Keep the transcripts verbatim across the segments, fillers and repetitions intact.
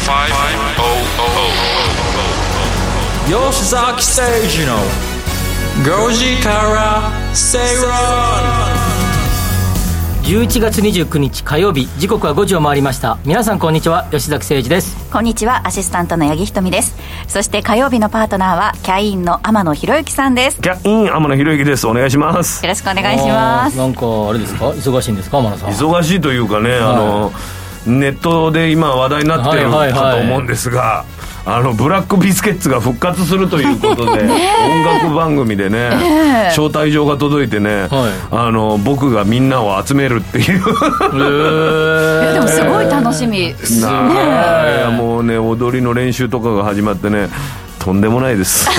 吉崎誠二のごじから正論。 じゅういちがつにじゅうくにち火曜日、時刻はごじを回りました。皆さんこんにちは、吉崎誠二です。 こんにちは、アシスタントの八木ひとみです。そして火曜日のパートナーはキャインの天野博之さんです。 キャイン天野博之です。お願いします。 よろしくお願いします。 なんかあれですか、忙しいんですか天野さん。 忙しいというかね、はい、あのネットで今話題になってるかと思うんですが、はいはいはい、あのブラックビスケッツが復活するということで音楽番組でね、えー、招待状が届いてね、はい、あの僕がみんなを集めるっていう、えー、いやでもすごい楽しみ、えー、 な、ね、いやもうね、踊りの練習とかが始まってね、とんでもないです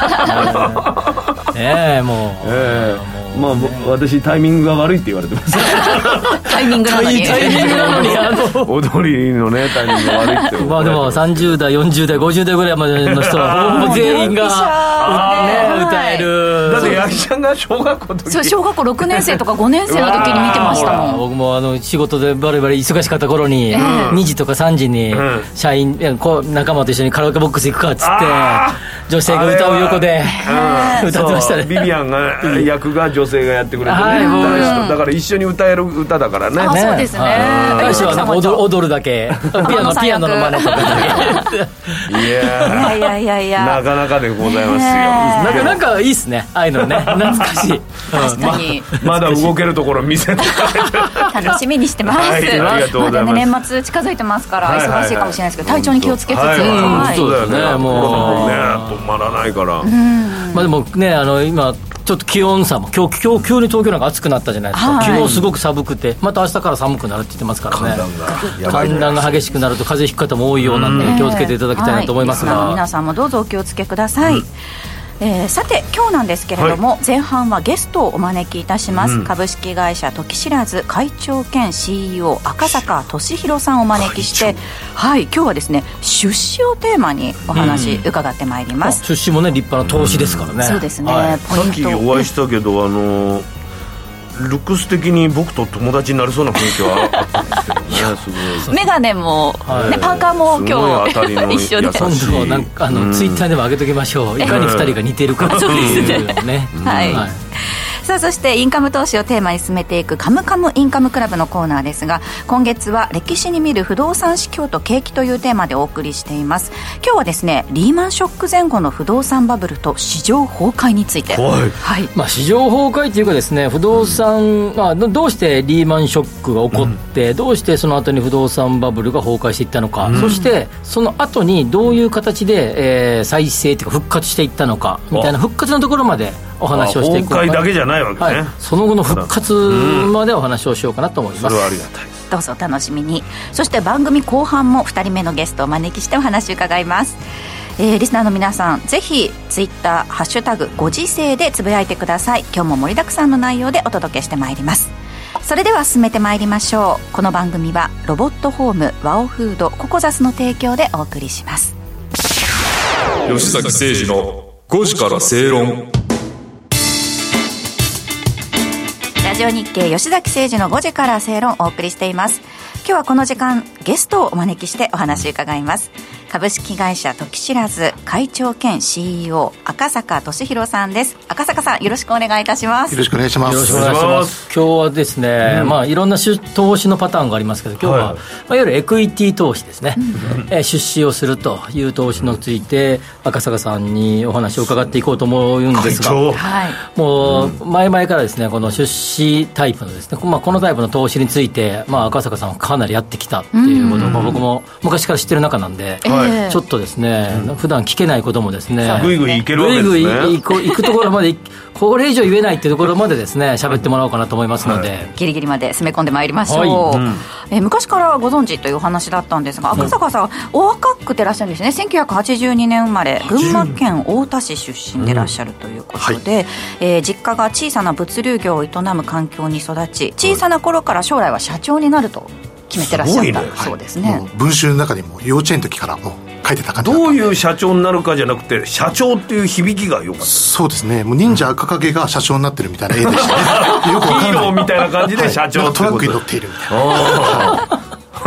ええー、もう、えー、もう、まあ、私タイミングが悪いって言われてますタイミングなのにタイミングなのにあの踊りのねタイミングが悪いってまあでもさんじゅうだいよんじゅうだいごじゅうだいぐらいまでの人はほぼ全員が、ね、歌える。 だって八木ちゃんが小学校の時、 そう小学校ろくねん生とかごねん生の時に見てましたもん。 僕もあの仕事でバリバリ忙しかった頃に、えー、にじとかさんじに社員こう仲間と一緒にカラオケボックス行くかっつって女性が歌う横で歌ってましたね。 ビビアンが役が女性がやってくれてね、はい、だから一緒に歌える歌だからね。 あ、そうですね。 大使はなんか 踊, 踊るだけピアノピアノの真似とかいやいやいやいやなかなかでございますよ、 えー、なんかなんかいいっすね、ああいうのね、懐かしい確かに、 ま, まだ動けるところ見せて楽しみにしてます、はい、 ありがとうございます。 まだ、ね、年末近づいてますから忙しいかもしれないですけど、体調に気をつけつつ、はいはい、そうだよね、 もうね止まらないから、 まあ、でもね、あの今ちょっと気温差も今日、今日急に東京なんか暑くなったじゃないですか、はい、昨日すごく寒くて、また明日から寒くなるって言ってますからね。寒暖が激しくなると風邪ひく方も多いようなんで気をつけていただきたいなと思いますが、 はい、皆さんもどうぞお気をつけください、うん。えー、さて今日なんですけれども、はい、前半はゲストをお招きいたします、うん、株式会社時知らず会長兼 シーイーオー 赤坂俊弘さんをお招きして、はい、今日はですね出資をテーマにお話伺ってまいります、 うん、出資もね立派な投資ですからね、 うん、そうですね、 はい、 ポイントさっきお会いしたけど、あのルックス的に僕と友達になりそうな雰囲気はあったんですけどねすごいメガネも、はいね、パーカーも今日一緒で今度なんかあの、うん、ツイッターでも上げときましょう、いかにふたりが似てるかっていうね、はい、はい。 さあそしてインカム投資をテーマに進めていくカムカムインカムクラブのコーナーですが、今月は歴史に見る不動産市況と景気というテーマでお送りしています。今日はですねリーマンショック前後の不動産バブルと市場崩壊について、はいはい、 まあ、市場崩壊というかですね、不動産、うんまあ、どうしてリーマンショックが起こって、うん、どうしてその後に不動産バブルが崩壊していったのか、うん、そしてその後にどういう形で、えー、再生というか復活していったのかみたいな復活のところまでお話をしていこうかな。 崩壊だけじゃないわけね、はい、 その後の復活までお話をしようかなと思います、うん、 それはありがたい。 どうぞお楽しみに。そして番組後半もふたりめのゲストをお招きしてお話を伺います、えー、リスナーの皆さんぜひツイッターハッシュタグご時世でつぶやいてください。今日も盛りだくさんの内容でお届けしてまいります。それでは進めてまいりましょう。この番組はロボットホームワオフードココザスの提供でお送りします。 吉崎誠二のごじから正論。 ラジオ日経吉崎誠二のごじから正論をお送りしています。今日はこの時間ゲストをお招きしてお話を伺います。株式会社時知らず会長兼 シーイーオー 赤坂俊弘さんです。赤坂さんよろしくお願いいたします。 よろしくお願いします。 よろしくお願いします。今日はですね、うんまあ、いろんな投資のパターンがありますけど、今日は、はいまあ、いわゆるエクイティ投資ですね、うんえー、出資をするという投資について赤坂さんにお話を伺っていこうと思うんですが、はい、もう前々からですねこの出資タイプのですね、まあ、このタイプの投資について、まあ、赤坂さんはかなりやってきたっていうことを、まあ、僕も昔から知ってる中なんで、はいちょっとですね、うん、普段聞けないこともですねぐいぐいいけるわけですね。 ぐいぐい行くところまでこれ以上言えないっていうところまでですね喋ってもらおうかなと思いますので、はい、 ギリギリまで攻め込んでまいりましょう、はいうんえ昔からご存知というお話だったんですが、赤坂さん、うん、お若くてらっしゃるんですね。せんきゅうひゃくはちじゅうにねん生まれ、群馬県太田市出身でらっしゃるということで、うんはいえー、実家が小さな物流業を営む環境に育ち、小さな頃から将来は社長になると決めてらっしゃった、ね、そうですね、はい、 文集の中にも幼稚園の時からもう書いてた感じだった。 どういう社長になるかじゃなくて社長っていう響きが良かった。 そうですね、もう忍者赤影が社長になってるみたいな絵でしたねよくわかんないヒーローみたいな感じで社長ってこと、 はい、トラックに乗っているみたいな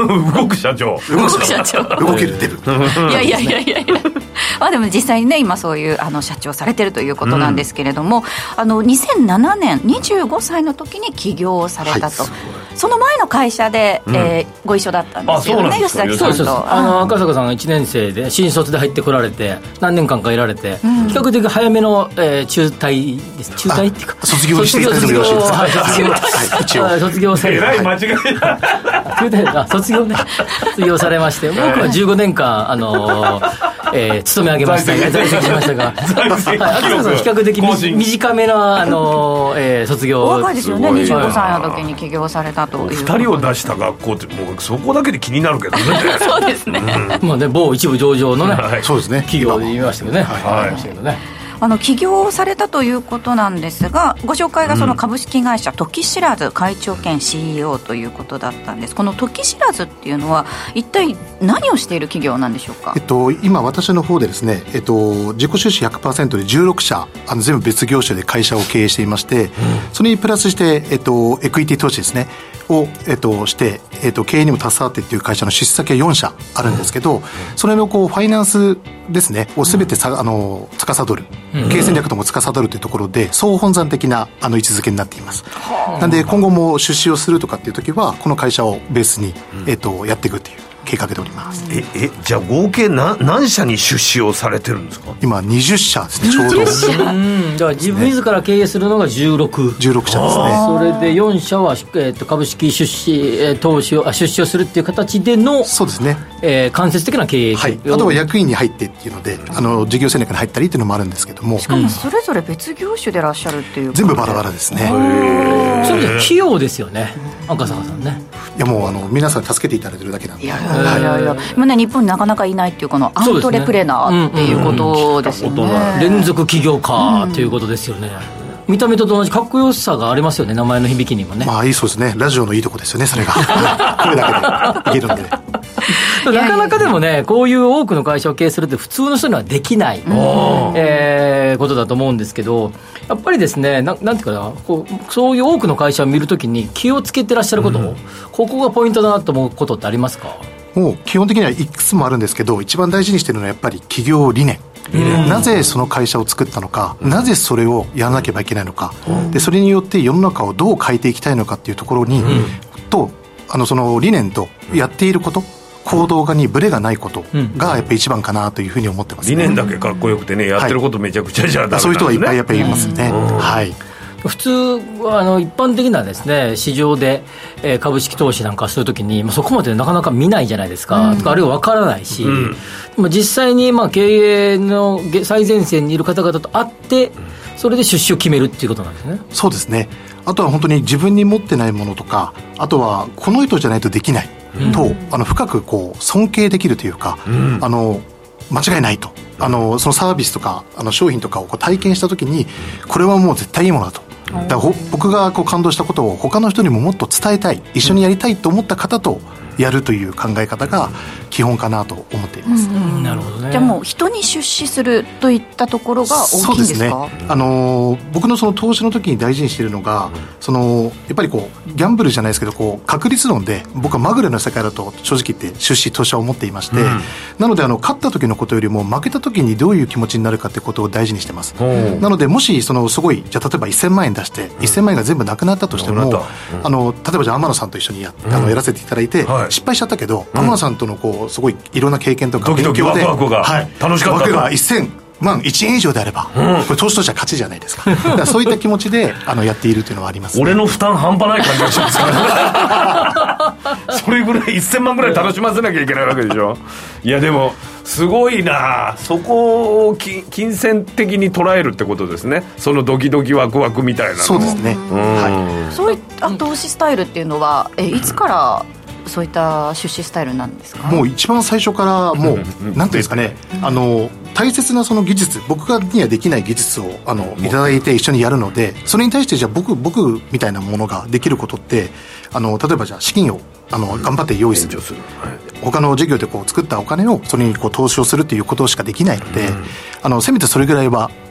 動く社長動く社長動けるデブいやいやいやいやいやまあでも実際にね今そういうあの社長されてるということなんですけれども、うん、あのにせんななねんにじゅうごさいの時に起業をされたと、はい、その前の会社で、うんえー、ご一緒だったんですよね、吉崎さんと。 あの赤坂さんがいちねん生で新卒で入ってこられて何年間かいられて、うん、比較的早めの、えー、中退です中退っていうか卒業していただいてもよろしいですか。 卒業、はい、一応卒業されえらい間違いだ卒業ね卒業されまして僕はじゅうごねんかんあのーえー、勤め上げましたが在籍しましたが赤坂さん比較的短めの、あのーえー、卒業お若いですよね。にじゅうごさいの時に起業されたというふたりを出した学校ってもうそこだけで気になるけどねそうですね、 うんまあね、某一部上場のね、 はい、そうですね企業で言いましたけどね、はいはい、言いましたけどねあの起業されたということなんですがご紹介がその株式会社時知らず会長兼 シーイーオー ということだったんです。この時知らずっていうのは一体何をしている企業なんでしょうか。 えっと、今私の方でですね、えっと、自己出資 ひゃくパーセント でじゅうろくしゃあの全部別業種で会社を経営していまして、うん、それにプラスして、えっと、エクイティ投資ですねを、えっと、して、えっと、経営にも携わってっていう会社の出資先はよんしゃあるんですけど、うん、それのこうファイナンスですねを全てさ、うん、あの司る、うん、経営戦略とも司るというところで総本山的なあの位置づけになっています、うん、なんで今後も出資をするとかっていう時はこの会社をベースに、うんえっと、やっていくっていう計画でおります。 ええじゃあ合計何何社に出資をされてるんですか。 今にじゅっしゃですねちょうど。 うんだから自分自ら経営するのがじゅうろく、 じゅうろくしゃですね。 それでよんしゃは、えー、と株式出資、えー、投資をあ出資をするっていう形でのそうですね、 えー、間接的な経営、 はい、あとは役員に入ってっていうのであの事業戦略に入ったりっていうのもあるんですけども、 しかもそれぞれ別業種でいらっしゃるっていう、 全部バラバラですね。 それで器用ですよね赤坂さんね。 いやもうあの皆さん助けていただいてるだけなんで。 いやいやいやいや、今ね、日本になかなかいないっていうこのアントレプレナーっていうことですよね。 連続起業家ということですよね、うん、見た目と同じかっこよさがありますよね名前の響きにもね。 まあいいそうですね。ラジオのいいとこですよねそれがこれだけでいけるんでなかなかでもねこういう多くの会社を経営するって普通の人にはできない、えー、ことだと思うんですけどやっぱりですね な, なんていうかなこうそういう多くの会社を見るときに気をつけてらっしゃること、うん、ここがポイントだなと思うことってありますか。 もう基本的にはいくつもあるんですけど一番大事にしてるのはやっぱり企業理念、うん、なぜその会社を作ったのか、うん、なぜそれをやらなければいけないのか、うん、でそれによって世の中をどう変えていきたいのかっていうところに、うん、とあのその理念とやっていること行動がにブレがないことがやっぱり一番かなというふうに思ってます、ね、 理念だけかっこよくてねやってることめちゃくちゃじゃダメなんですね、 そういう人はいっぱいやっぱりいますね、うん、はい普通はあの一般的なですね市場で、えー、株式投資なんかするときに、まあ、そこまでなかなか見ないじゃないですか、うん、とかあるいは分からないし、うん、まあ、実際にまあ経営の最前線にいる方々と会ってそれで出資を決めるっていうことなんですね。 そうですね。あとは本当に自分に持ってないものとかあとはこの人じゃないとできないと、うん、あの深くこう尊敬できるというか、うん、あの間違いないとあのそのサービスとかあの商品とかをこう体験したときにこれはもう絶対いいものだとだから僕がこう感動したことを他の人にももっと伝えたい一緒にやりたいと思った方とやるという考え方が基本かなと思っています、うんうん、なるほどね。 じゃあもう人に出資するといったところが大きいんですか。そうですね。 あの僕のその投資の時に大事にしているのがそのやっぱりこうギャンブルじゃないですけどこう確率論で僕はまぐれの世界だと正直言って出資投資は思っていまして、うん、なのであの勝った時のことよりも負けた時にどういう気持ちになるかってことを大事にしてます、うん、なのでもしそのすごいじゃあ例えばせんまんえん出していっせんまんえんが全部なくなったとしても、うん、あの例えばじゃあ天野さんと一緒に や,、うん、あのやらせていただいて、はい、失敗しちゃったけど、うん、天野さんとのこうすごいいろんな経験とか勉強でドキドキワクワクが楽しかったと、 はい、がせんまんいちえん以上であれば、うん、これ投資としては勝ちじゃないですか。だからそういった気持ちであのやっているというのはあります、ね、 俺の負担半端ない感じがしますからそれぐらいいっせんまんぐらい楽しませなきゃいけないわけでしょ。いやでもすごいなそこを金銭的に捉えるってことですね。そのドキドキワクワクみたいなの。 そうですね、うん、 はい、そういった投資スタイルっていうのはえいつからそういった出資スタイルなんですか。 もう一番最初からもうなんていうんですかね、あの大切なその技術僕にはできない技術をあのいただいて一緒にやるのでそれに対してじゃあ僕僕みたいなものができることってあの例えばじゃあ資金をあの頑張って用意する、はい、他の事業でこう作ったお金をそれにこう投資をするということしかできないので、うん、あのせめてそれぐらいは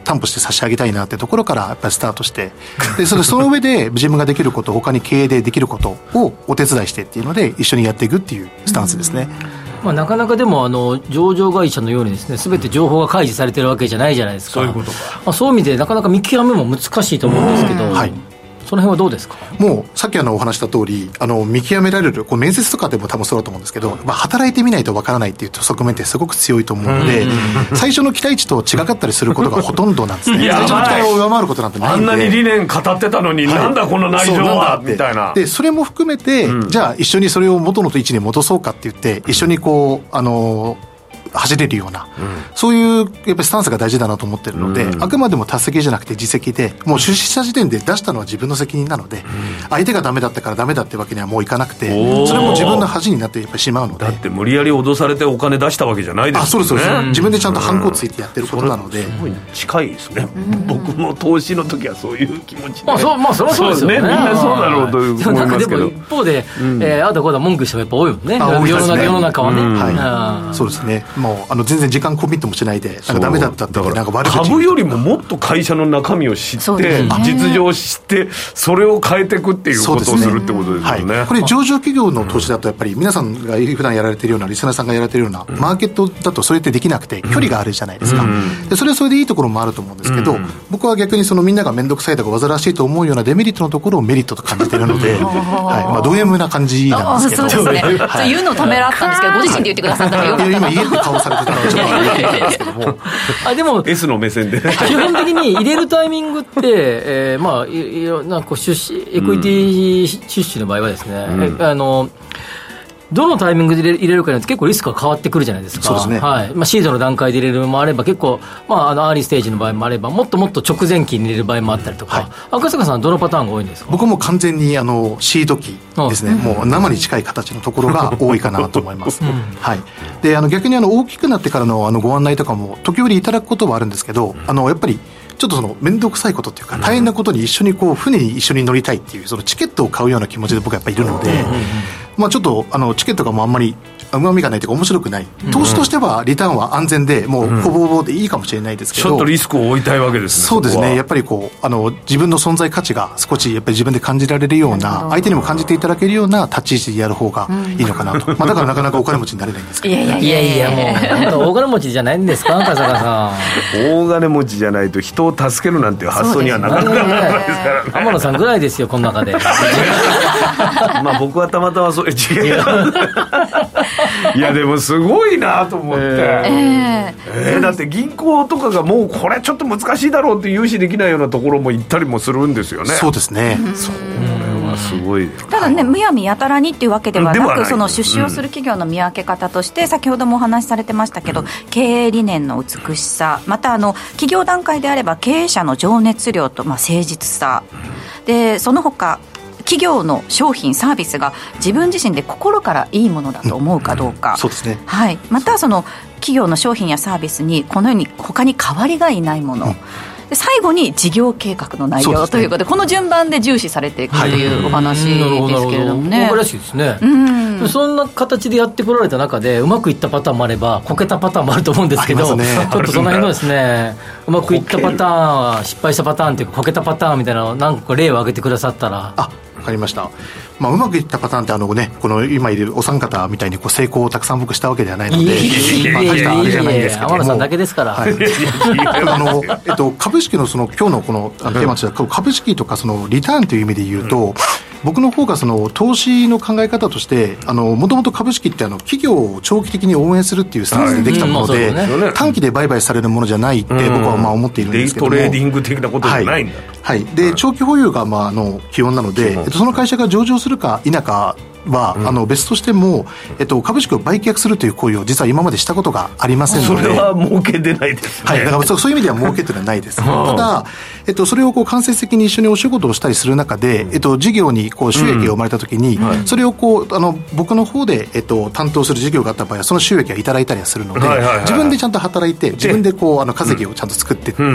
担保して差し上げたいなってところからやっぱりスタートしてで そ, れその上で自分ができること他に経営でできることをお手伝いしてっていうので一緒にやっていくっていうスタンスですね。 まあ、なかなかでもあの上場会社のようにですね全て情報が開示されてるわけじゃないじゃないですか。 そういうことか、 まあ、そういう意味でなかなか見極めも難しいと思うんですけど、はい、その辺はどうですか。 もうさっきあのお話した通りあの見極められるこう面接とかでも多分そうだと思うんですけど、まあ、働いてみないとわからないっていう側面ってすごく強いと思うので最初の期待値と違かったりすることがほとんどなんですね最初の期待を上回ることなんてないんで、 あんなに理念語ってたのに、はい、なんだこの内情はみたいな。 でそれも含めて、うん、じゃあ一緒にそれを元の位置に戻そうかって言って一緒にこうあの走れるような、うん、そういうやっぱりスタンスが大事だなと思ってるので、うん、あくまでも他責じゃなくて自責でもう出資した時点で出したのは自分の責任なので、うん、相手がダメだったからダメだってわけにはもういかなくてそれも自分の恥になってやっぱりしまうので。 だって無理やり脅されてお金出したわけじゃないですよね。 あ、そうですそうです、自分でちゃんとハンコついてやってることなので、 すごい近いですね、うん、僕も投資の時はそういう気持ちで、 まあそう、まあ、それはそうですよね。 みんなそうだろうと思いますけど、なんかでも一方で、うんえー、あとこだ文句してもやっぱ多いよね、 多いですね世の中はね、うんはい、そうですね。もうあの全然時間コミットもしないでなんかダメだったってなんか悪口株よりももっと会社の中身を知って、ね、実情を知ってそれを変えていくっていうことをするってことですよね、 はい、これ上場企業の投資だとやっぱり皆さんが普段やられているようなリスナーさんがやられているようなマーケットだとそれってできなくて距離があるじゃないですか、うん、でそれはそれでいいところもあると思うんですけど、うん、僕は逆にそのみんなが面倒くさいとか煩わしいと思うようなデメリットのところをメリットと感じているので、はいまあ、ド M な感じなんですけど、 そうですね、はい、言うのをためらったんですけどご自身で言ってくださったらよかったな。 今家って顔されてたのはちょっと言ってたんですけどもあでも S の目線で基本的に入れるタイミングって、えー、まあいろんなこう出資エクイティ出資の場合はですね、うん、あのどのタイミングで入れるかによって結構リスクが変わってくるじゃないですか。 そうですね、 はいまあ、シードの段階で入れるのもあれば結構、まあ、あのアーリーステージの場合もあればもっともっと直前期に入れる場合もあったりとか、はい、赤坂さんはどのパターンが多いんですか。 僕も完全にあのシード期ですね、うん、もう生に近い形のところが多いかなと思います、うんはい、であの逆にあの大きくなってからの、あのご案内とかも時折いただくことはあるんですけど、あのやっぱりちょっとその面倒くさいことっていうか大変なことに一緒にこう船に一緒に乗りたいっていうそのチケットを買うような気持ちで僕はやっぱりいるので、まあ、ちょっとあのチケットがもうあんまりうまみがないというか面白くない、投資としてはリターンは安全でもうほぼほぼでいいかもしれないですけど、 ちょっとリスクを負いたいわけですね。 そうですね、やっぱりこうあの自分の存在価値が少しやっぱり自分で感じられるような、相手にも感じていただけるような立ち位置でやる方がいいのかなと、まあ、だからなかなかお金持ちになれないんですけど、ね、 いやいやいやいやもう大金持ちじゃないんですか笠原さん。大金持ちじゃないと人を助けるなんていう発想にはなかなかならないですからね。 天野さんぐらいですよこの中でまあ僕はたまたまそういう違いいやでもすごいなと思って、えーえー、だって銀行とかがもうこれちょっと難しいだろうって融資できないようなところも行ったりもするんですよね。 そうですね、 うん、それはすごい。 ただねむやみやたらにっていうわけではなく、その出資をする企業の見分け方として、うん、先ほどもお話しされてましたけど、うん、経営理念の美しさ、またあの企業段階であれば経営者の情熱量と、まあ、誠実さ、うん、でその他企業の商品サービスが自分自身で心からいいものだと思うかどうか、 うん、そうですね、 はい、またその企業の商品やサービスにこのように他に代わりがいないもの、うん、で最後に事業計画の内容ということで、この順番で重視されていくというお話ですけれどもね。 分かりやすいですね、うん、そんな形でやってこられた中でうまくいったパターンもあればこけたパターンもあると思うんですけど、ね、ちょっとその辺のですねうまくいったパターン失敗したパターンというかこけたパターンみたいなのを何個か例を挙げてくださったら。 あ、分かりました。まあ、うまくいったパターンってあの、ね、この今いるお三方みたいにこう成功をたくさん僕したわけではないので、まあ、大したあれじゃないんですけども、 天野さんだけですから、はい、 あのえっと、株式のその今日のこのテーマとしては株式とかそのリターンという意味で言うと、うん、僕の方がその投資の考え方としてもともと株式ってあの企業を長期的に応援するっていうスタンスでできたもので、はいうんね、短期で売買されるものじゃないって僕はまあ思っているんですけども、 デイトレーディング的なことじゃないんだ、 はいはい、で長期保有がまああの基本なので、えっと、その会社が上場するか否かは、うん、あの別としても、えっと、株式を売却するという行為を実は今までしたことがありませんので、 それは儲け出ないですね、 はい、だからそう、そういう意味では儲けてはないですただ、えっと、それをこう間接的に一緒にお仕事をしたりする中で、えっと、事業にこう収益が生まれたときに、うんはい、それをこうあの僕の方で、えっと、担当する事業があった場合はその収益をいただいたりはするので、はいはいはい、自分でちゃんと働いて自分でこうあの稼ぎをちゃんと作っていって、うん、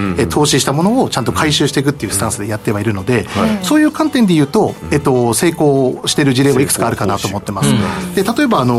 え投資したものをちゃんと回収していくっていうスタンスでやってはいるので、うん、そういう観点で言うと、えっと、成功している事例はいくつかあるかなと思ってます、うん、で例えばあの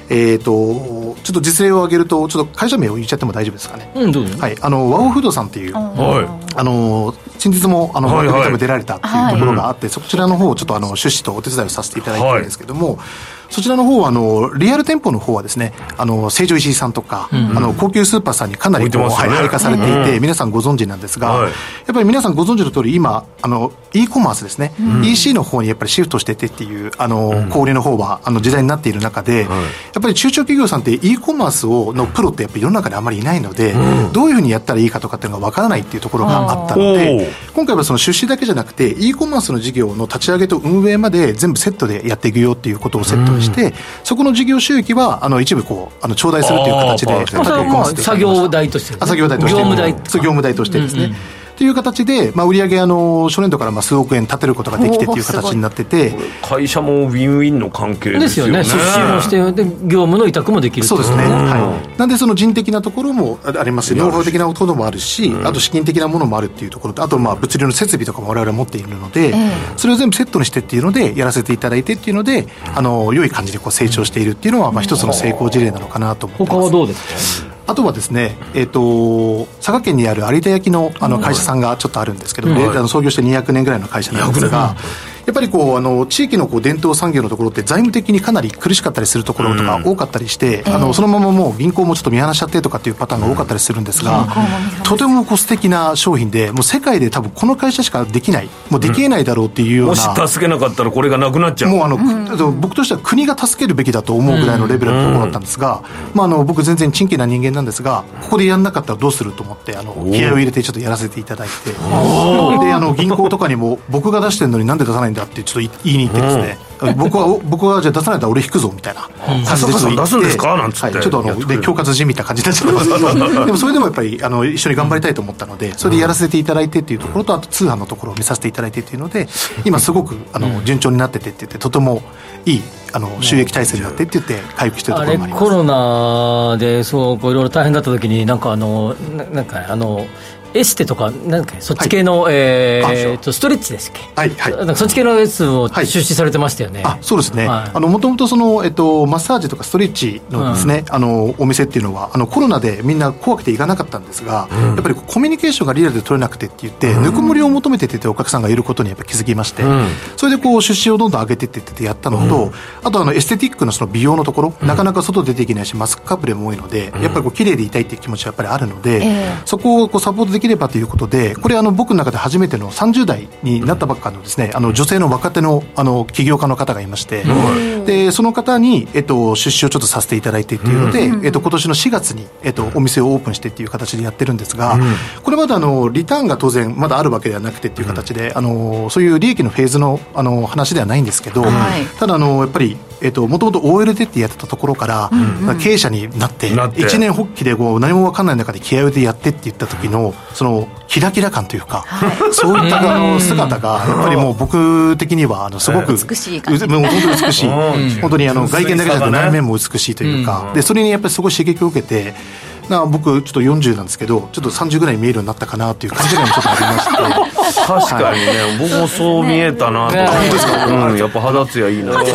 えー、とちょっと実例を挙げると、ちょっと会社名を言っちゃっても大丈夫ですかね。 うん、どうぞ。 はい、あのワオフードさんっていう、はい、あの先日もあの番組でも出られたっていうところがあって、はいはい、そちらの方をちょっとあの出資とお手伝いをさせていただいてるんですけども、はい、そちらの方はあのリアル店舗の方はですね、あの成城石井さんとか、うん、あの高級スーパーさんにかなりこう、ね、はい、配下されていて、うん、皆さんご存知なんですが、はい、やっぱり皆さんご存知の通り、今あの e コマースですね、うん、イーシー の方にやっぱりシフトしててっていうあの、うん、小売りの方はあの時代になっている中で、うん、やっぱり中小企業さんって e コマースをのプロってやっぱり世の中であまりいないので、うん、どういうふうにやったらいいかとかっていうのがわからないっていうところがあったので、今回はその出資だけじゃなくて e コマースの事業の立ち上げと運営まで全部セットでやっていくよっていうことをセットして、うん、そこの事業収益はあの一部こうあの頂戴するという形で、 それはまあ作業代として、ね、 作業代として、業務代、業務代としてですね、うんうん、という形で、まあ、売上あの初年度からまあ数億円立てることができてという形になってて、 会社もウィンウィンの関係ですよね。 ですよね。出資もしてで業務の委託もできる。 そうですね、はい、なんでその人的なところもありますし、ノウハウ的なところもあるし、うん、あと資金的なものもあるっていうところと、あとまあ物流の設備とかも我々は持っているので、えー、それを全部セットにしてっていうのでやらせていただいてっていうので、あの良い感じでこう成長しているっていうのは、まあ、一つの成功事例なのかなと思ってます。 他はどうですか。 あとはですね、えー、と佐賀県にある有田焼の、あの会社さんがちょっとあるんですけど、はい、あの創業してにひゃくねんぐらいの会社なんですが、やっぱりこうあの地域のこう伝統産業のところって財務的にかなり苦しかったりするところとか多かったりして、うん、あのそのままもう銀行もちょっと見放しちゃってとかっていうパターンが多かったりするんですが、うん、とてもこう素敵な商品で、もう世界で多分この会社しかできない、もうできえないだろうっていうような、 うん、もし助けなかったらこれがなくなっちゃう。 もうあの、うん、僕としては国が助けるべきだと思うぐらいのレベルのところだったんですが、うん、まあ、あの僕全然珍奇な人間なんですが、ここでやんなかったらどうすると思って、あの気合を入れてちょっとやらせていただいて、であの銀行とかにも僕が出してるのになんで出さないんだってちょっと言いに行ってですね、うん、僕は僕はじゃあ出さないと俺引くぞみたいな感じでちょっと言って、 出すんですかなんつって、 はい、ちょっとあので恐喝じみた感じになっちゃいますけどでもそれでもやっぱりあの一緒に頑張りたいと思ったので、それでやらせていただいてっていうところと、あと通販のところを見させていただいてっていうので、今すごくあの順調になっててって言って、とてもいいあの収益体制になってって言って回復してるところもあります。 あれコロナでそうこういろいろ大変だった時になんかあのななんかあのエステとかなんかそっち系の、はい、えー、とストレッチですっけ、はいはい、なんかそっち系のやつを出資されてましたよね。 はい、あそうですね、はい、あのもともとその、えっと、マッサージとかストレッチのですね、うん、あのお店っていうのはあのコロナでみんな怖くて行かなかったんですが、うん、やっぱりコミュニケーションがリアルで取れなくてって言って、うん、ぬくもりを求めててお客さんがいることにやっぱ気づきまして、うん、それでこう出資をどんどん上げてってってやったのと、うん、あとあのエステティック の, その美容のところ、うん、なかなか外出ていけないしマスクかぶれも多いので、うん、やっぱりこう綺麗でいたいっていう気持ちはやっぱりあるので、えー、そこをこうサポートできればということで、これあの僕の中で初めてのさんじゅう代になったばっかのですね、あの女性の若手 の, あの起業家の方がいまして、うん、でその方に、えっと、出資をちょっとさせていただいてっていうので、うん、えっと、今年のしがつに、えっと、お店をオープンしてっていう形でやってるんですが、うん、これまだあのリターンが当然まだあるわけではなくてっていう形で、うん、あのそういう利益のフェーズ の, あの話ではないんですけど、はい、ただあのやっぱりえっと、もともと オーエル でってやってたところから、うんうん、経営者になって一年発起でこう何も分かんない中で気合でやってって言った時のそのキラキラ感というか、はい、そういったあの姿がやっぱりもう僕的にはあのすごく美しい感じ、 もう本当に美しい、うん、本当にあの外見だけじゃなくて内面も美しいというか、うん、でそれにやっぱりすごい刺激を受けて、な僕ちょっとよんじゅうなんですけどちょっとさんじゅうぐらいに見えるようになったかなという感じがちょっとありまして確かにね、はい、僕もそう見えたなと、ね、うん、やっぱ肌ツヤいいなと、はい、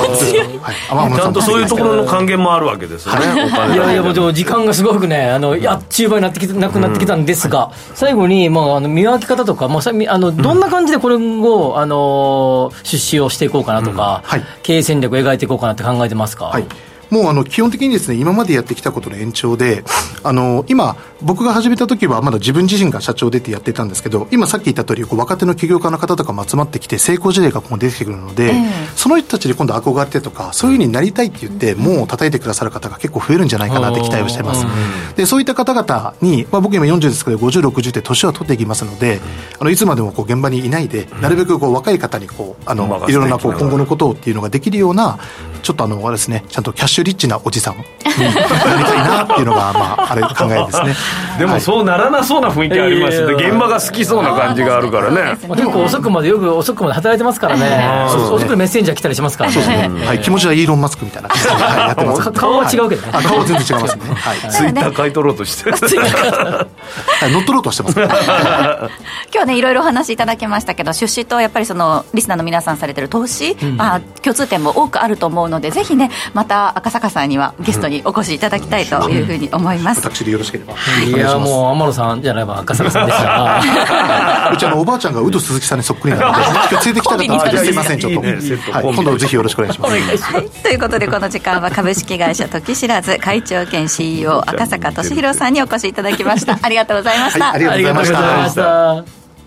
ちゃんとそういうところの還元もあるわけですよね、はい、お金いやいやもう時間がすごくね、あのやっちゅうばいになってきてなくなってきたんですが、うん、最後に、まあ、あの見分け方とか、まあ、あのどんな感じでこれをあの出資をしていこうかなとか、うん、はい、経営戦略を描いていこうかなって考えてますか。はい、 もうあの基本的にですね、今までやってきたことの延長で、あの今僕が始めた時はまだ自分自身が社長でってやってたんですけど、今さっき言った通りこう若手の起業家の方とかも集まってきて成功事例がここ出てくるので、えー、その人たちに今度憧れてとかそういう風になりたいって言ってもう叩いてくださる方が結構増えるんじゃないかなって期待をしています。でそういった方々に、まあ、僕今よんじゅうですけどごじゅう、ろくじゅうって年は取っていきますので、あのいつまでもこう現場にいないでなるべくこう若い方にこうあのいろいろなこう今後のことをっていうのができるようなちょっとあのあれですね、ちゃんとキャッシュリッチなおじさんになりたいなっていうのが、まあ、あれ考えですね。 でもそうならなそうな雰囲気ありますね、現場が好きそうな感じがあるからね。 結構遅くまでよく遅くまで働いてますからね。遅くメッセンジャー来たりしますからね。そうですね、はい、 気持ちはイーロン・マスクみたいな感じで、はい、やってます。 顔は違うけどね、 はい、顔は全然違いますね、はい、 ツイッター買い取ろうとしてる乗っ取ろうとしてます今日ねいろいろお話いただきましたけど、出資とやっぱりそのリスナーの皆さんされてる投資、うん、まあ、共通点も多くあると思うので、ぜひねまた赤坂さんにはゲストにお越しいただきたいというふうに思います、 うん、私でよろしければ、 はい、いやもう天野さんじゃないわ赤坂さんでしたうちあのおばあちゃんがウド鈴木さんにそっくりなので今日連れてきたらすいませんちょっと、はい、今度ぜひよろしくお願いします、 はい、ということでこの時間は株式会社時知らず会長兼 シーイーオー 赤坂俊弘さんにお越しいただきましたありがとうございました、 はい、ありがとうございました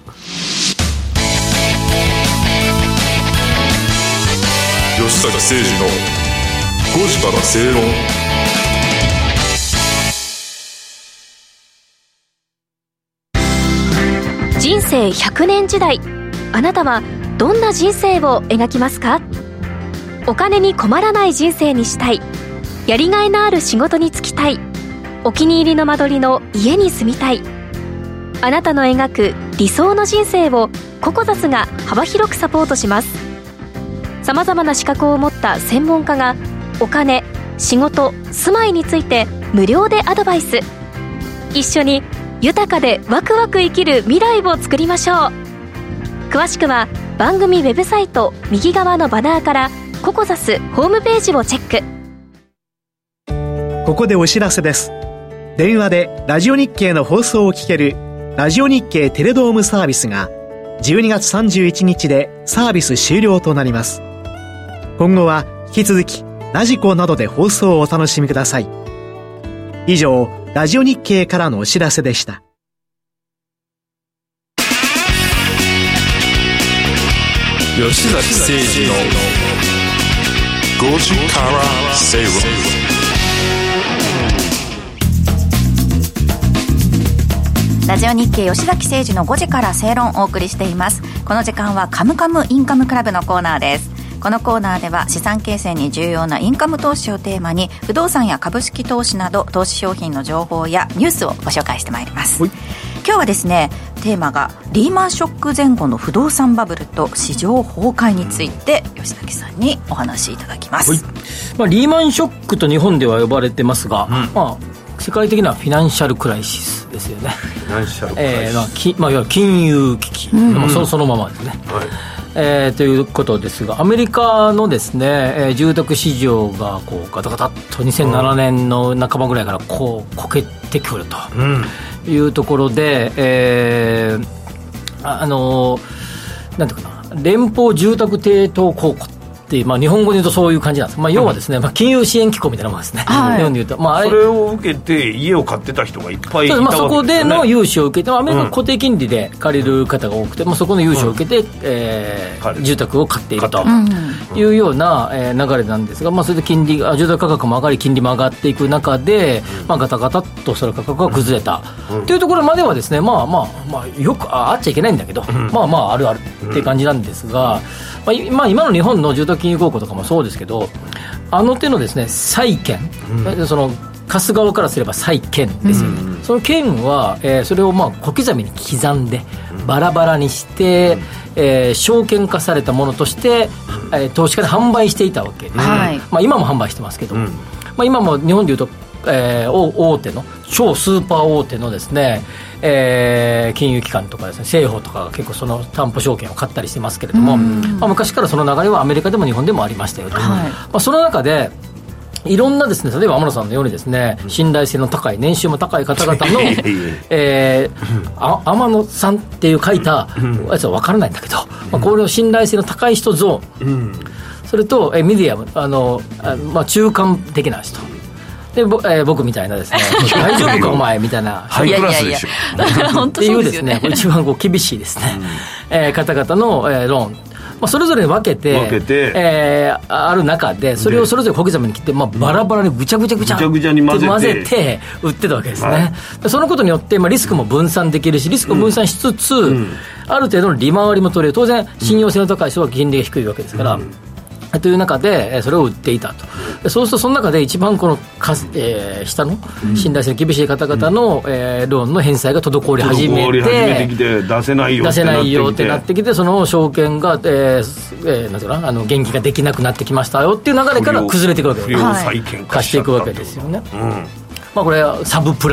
吉崎誠二のごじから正論。 人生ひゃくねん時代、あなたはどんな人生を描きますか？お金に困らない人生にしたい、やりがいのある仕事に就きたい、お気に入りの間取りの家に住みたい。あなたの描く理想の人生をココザスが幅広くサポートします。さまざまな資格を持った専門家がお金、仕事、住まいについて無料でアドバイス。一緒に豊かでワクワク生きる未来を作りましょう。詳しくは番組ウェブサイト右側のバナーからココザスホームページをチェック。ここでお知らせです。電話でラジオ日経の放送を聞けるラジオ日経テレドームサービスがじゅうにがつさんじゅういちにちでサービス終了となります。今後は引き続きラジコなどで放送をお楽しみください。以上、ラジオ日経からのお知らせでした。 吉崎誠二のごじから正論。 ラジオ日経吉崎誠二のごじから正論をお送りしています。この時間はカムカムインカムクラブのコーナーです。このコーナーでは資産形成に重要なインカム投資をテーマに不動産や株式投資など投資商品の情報やニュースをご紹介してまいります。今日はですね、テーマがリーマンショック前後の不動産バブルと市場崩壊について吉崎さんにお話しいただきます。 まあ、リーマンショックと日本では呼ばれてますが、うん、まあ、世界的なフィナンシャルクライシスですよね。 フィナンシャルクライシス、えーまあきまあ、いわゆる金融危機、うんまあ、そ, そのままですね、はい、えー、ということですが、アメリカのですね、えー、住宅市場がこうガタガタっとにせんななねんの半ばぐらいからこうこけてくるというところで、えー、あ, あのなんていうかな、連邦住宅抵当公庫っていう、まあ、日本語で言うとそういう感じなんです。まあ、要はですね、まあ、金融支援機構みたいなものですね、はい、日本で言うと、まあ、あれそれを受けて家を買ってた人がいっぱいいたわけですよね。 まあ、そこでの融資を受けて、アメリカの固定金利で借りる方が多くて、うん、まあ、そこの融資を受けて、うん、えー、住宅を買っているというような、えー、流れなんですが、まあ、それで金利住宅価格も上がり金利も上がっていく中で、うん、まあ、ガタガタっとその価格が崩れた、うん、というところまではですね、まあまあまあ、よく あ, あっちゃいけないんだけど、うん、まあまああるあるっていう感じなんですが、うん、まあ、今の日本の住宅金融公庫とかもそうですけど、あの手のですね債券、うん、その貸す側からすれば債券ですよね、うん、その券は、えー、それをまあ小刻みに刻んでバラバラにして、うん、えー、証券化されたものとして、うん、えー、投資家で販売していたわけです、うん、まあ、今も販売してますけど、うん、まあ、今も日本でいうと、えー、大手の超スーパー大手のですね、えー、金融機関とかですね、政府とかが結構その担保証券を買ったりしてますけれども、まあ、昔からその流れはアメリカでも日本でもありましたよと、はい、まあ、その中でいろんなですね、例えば天野さんのようにですね、信頼性の高い年収も高い方々の、えー、あ天野さんっていう書いたやつは分からないんだけど、まあ、これを信頼性の高い人ゾーン、それと、えー、ミディアム、あの、あ、まあ、中間的な人で、えー、僕みたいなですね大丈夫かお前みたいなハイクラスでしょ本当そうですよね。 っていうですね、一番こう厳しいですね、うん、えー、方々の、えー、ローン、まあ、それぞれに分けて、 分けて、 えー、ある中でそれをそれぞれ小刻みに切って、まあ、バラバラにぐちゃぐちゃぐちゃって混ぜて売ってたわけですね、はい、そのことによって、まあ、リスクも分散できるし、リスクを分散しつつ、うん、ある程度の利回りも取れる。当然信用性の高い人は金利が低いわけですから、うん、という中でそれを売っていたと。そうするとその中で一番このか、えー、下の信頼性の厳しい方々の、うん、えー、ローンの返済が滞り始めて、 滞り始めてきて出せないよ出せないよってなってきて、その証券が、えーえー、なんていうかな、あの現金ができなくなってきましたよっていう流れから崩れていくわけです。 不良債権化していくわけですよね、うん、まあ、これはサブプライム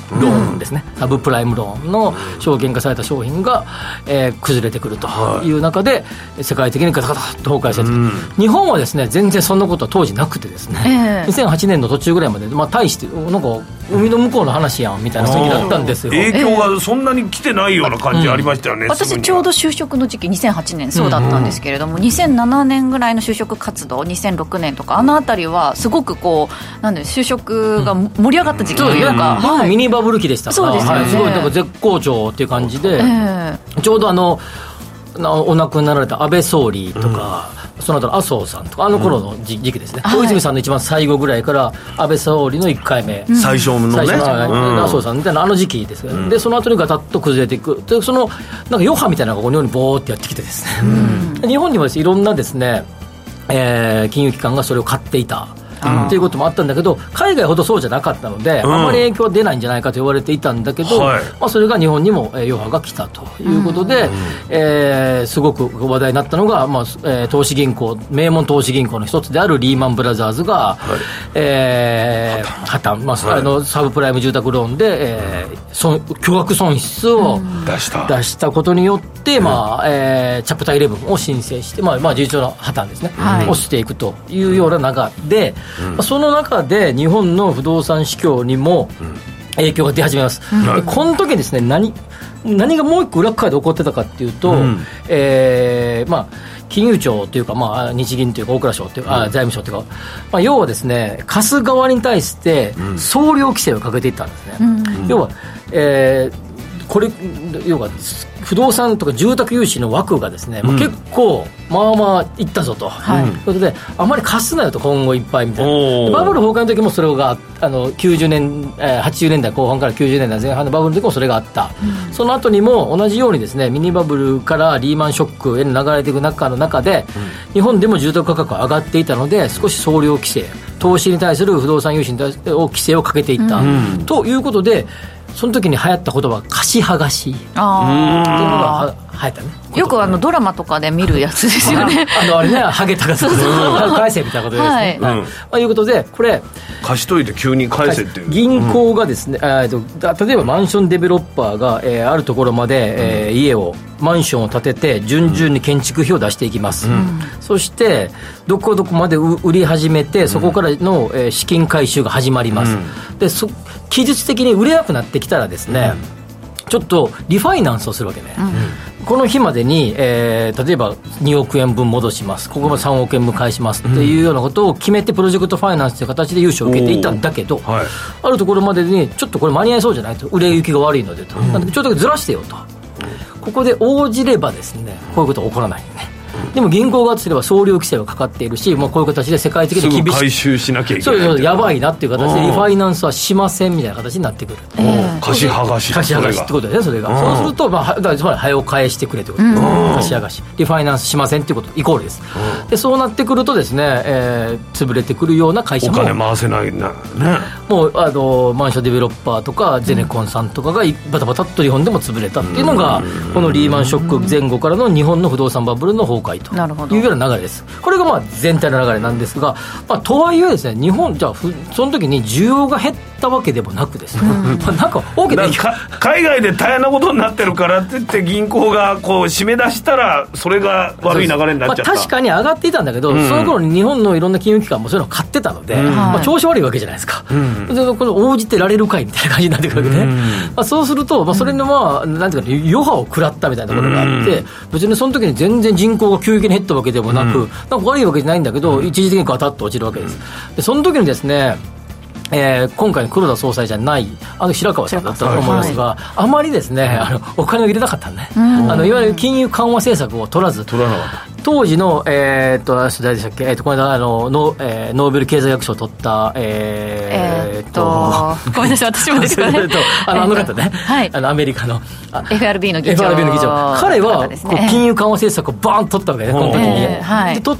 ローンですね、うん、サブプライムローンの証券化された商品が、えー、崩れてくるという中で、はい、世界的にガタガタッと崩壊されて、うん、日本はですね全然そんなことは当時なくてですね、えー、にせんはちねんの途中ぐらいまで、まあ、大してなんか海の向こうの話やんみたいな時だったんですよ。 影響がそんなに来てないような感じありましたよね、 うん、私ちょうど就職の時期にせんはちねんそうだったんですけれども、うん、にせんななねんぐらいの就職活動にせんろくねんとかあのあたりはすごくこうなんで就職が盛り上がった時期というか、うんはい、ミニバブル期でしたから、 そうですよね、 はい、すごいなんか絶好調っていう感じで、えー、ちょうどあのお亡くなりになられた安倍総理とか、うん、その後の麻生さんとかあの頃の時期ですね、うん、小泉さんの一番最後ぐらいから安倍総理のいっかいめ、 うん、最初のね最初の麻生さんみたいなあの時期ですね、うん、でその後にガタッと崩れていくでそのなんか余波みたいなのが日本にボーってやってきてですね、うん、日本にもですいろんなですね、えー、金融機関がそれを買っていたということもあったんだけど海外ほどそうじゃなかったので、うん、あまり影響は出ないんじゃないかと言われていたんだけど、はいまあ、それが日本にも余波が来たということで、うんえー、すごく話題になったのが、まあえー、投資銀行名門投資銀行の一つであるリーマンブラザーズが、はいえー、破綻、まあはい、あのサブプライム住宅ローンで、えー、損巨額損失を出した、 出したことによって、まあえー、チャプターじゅういちを申請して、まあまあ、事実上の破綻ですね、はい、をしていくというような中で、うん、その中で日本の不動産市況にも影響が出始めます、うん、でこの時ですね 何, 何がもう一個裏側で起こってたかっていうと、うんえーまあ、金融庁というか、まあ、日銀というか大蔵省というか、うん、財務省というか、まあ、要はですね貸す側に対して総量規制をかけていったんですね、うん、要は、えー、これ要は不動産とか住宅融資の枠がですね、うん、結構まあまあいったぞと、はい、ということであまり貸すなよと今後いっぱいみたいなバブル崩壊の時もそれがあのきゅうじゅうねん、えー、はちじゅうねんだいこう半からきゅうじゅうねんだいぜん半のバブルの時もそれがあった、うん、その後にも同じようにですねミニバブルからリーマンショックへ流れていく中の中で、うん、日本でも住宅価格が上がっていたので少し総量規制投資に対する不動産融資に対して規制をかけていった、うん、ということでその時に流行った言葉貸し剥がしっていうのが流行ったね。 よくあのドラマとかで見るやつですよねあのあれねハゲたかった返せみたいなことですね、はいはいうんまあ、いうことでこれ貸しといて急に返せっていう銀行がですね、うん、えー、と例えばマンションデベロッパーが、えー、あるところまで、えー、家をマンションを建てて順々に建築費を出していきます、うん、そしてどこどこまで売り始めてそこからの、えー、資金回収が始まります、うん、でそ期日的に売れなくなってきたらですね、うん、ちょっとリファイナンスをするわけね、うん、この日までに、えー、例えばにおくえんぶん戻しますここもさんおくえんぶん返しますっていうようなことを決めてプロジェクトファイナンスという形で融資を受けていたんだけど、はい、あるところまでにちょっとこれ間に合いそうじゃないと売れ行きが悪いのでと、うん、なのでちょっとずらしてよと、うん、ここで応じればですねこういうことは起こらないよね。でも銀行側とすれば総量規制がかかっているし、もうこういう形で世界的に厳しくすぐ回収しなきゃいけないそうやばいなっていう形でリファイナンスはしませんみたいな形になってくる、 えー、貸し剥がし貸し剥がしってことですねそれがそうすると、まあ、だからつまり早を返してくれということです、ね、貸し剥がしリファイナンスしませんっていうことイコールですでそうなってくるとですね、えー、潰れてくるような会社もお金回せないな、ね、 もうあのマンションデベロッパーとかゼネコンさんとかがバタバタっと日本でも潰れたっていうのがこのリーマンショック前後からの日本の不動産バブルの崩壊というような流れです。これがまあ全体の流れなんですが、まあ、とはいえですね日本じゃあその時に需要が減ったわけでもなくですね、うんまあ、なんか大きな海外で大変なことになってるからって言って銀行がこう締め出したらそれが悪い流れになっちゃった、 まあ、確かに上がっていたんだけど、うん、その頃に日本のいろんな金融機関もそういうのを買ってたので、うんまあ、調子悪いわけじゃないですか、うん、でこの応じてられるかいみたいな感じになってくるわけで、ねうんまあ、そうすると、まあ、それのまあなんていうか、ね、余波を食らったみたいなところがあって、うん、別にその時に全然人口が急激に減ったわけでもなく、うん、なんか悪いわけじゃないんだけど、うん、一時的にガタッと落ちるわけです。でその時にですねえー、今回の黒田総裁じゃないあの白川さんだったと思いますが、はい、あまりですねあのお金を入れなかったんね、うん、あのいわゆる金融緩和政策を取らず取らなかった当時の、えー、っと誰でしたっけ、えー、っとこの間あのノ、えー、ノーベル経済学賞を取った、えー、えー、っとごめんなさい私もですかねあのあの方ね、はい、あのアメリカのエフアールビー の議長エフアールビー の議長彼は、ね、こう金融緩和政策をバーンと取ったわけねこの時に、えーはい、で取って、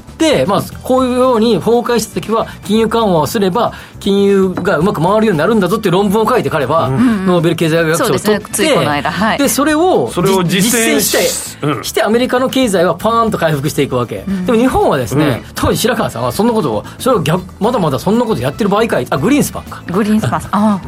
まあ、こういうように崩壊した時は金融緩和をすれば金融がうまく回るようになるんだぞっていう論文を書いて彼は、うん、ノーベル経済学賞を取って、 ついこの間、はい、 でそれをそれを実践して、うん、してアメリカの経済はパーンと回復していくわけ、うん、でも日本はですね、うん、当時白川さんはそんなことをそれを逆まだまだそんなことやってる場合かいあグリーンスパンかグリーンスパンあ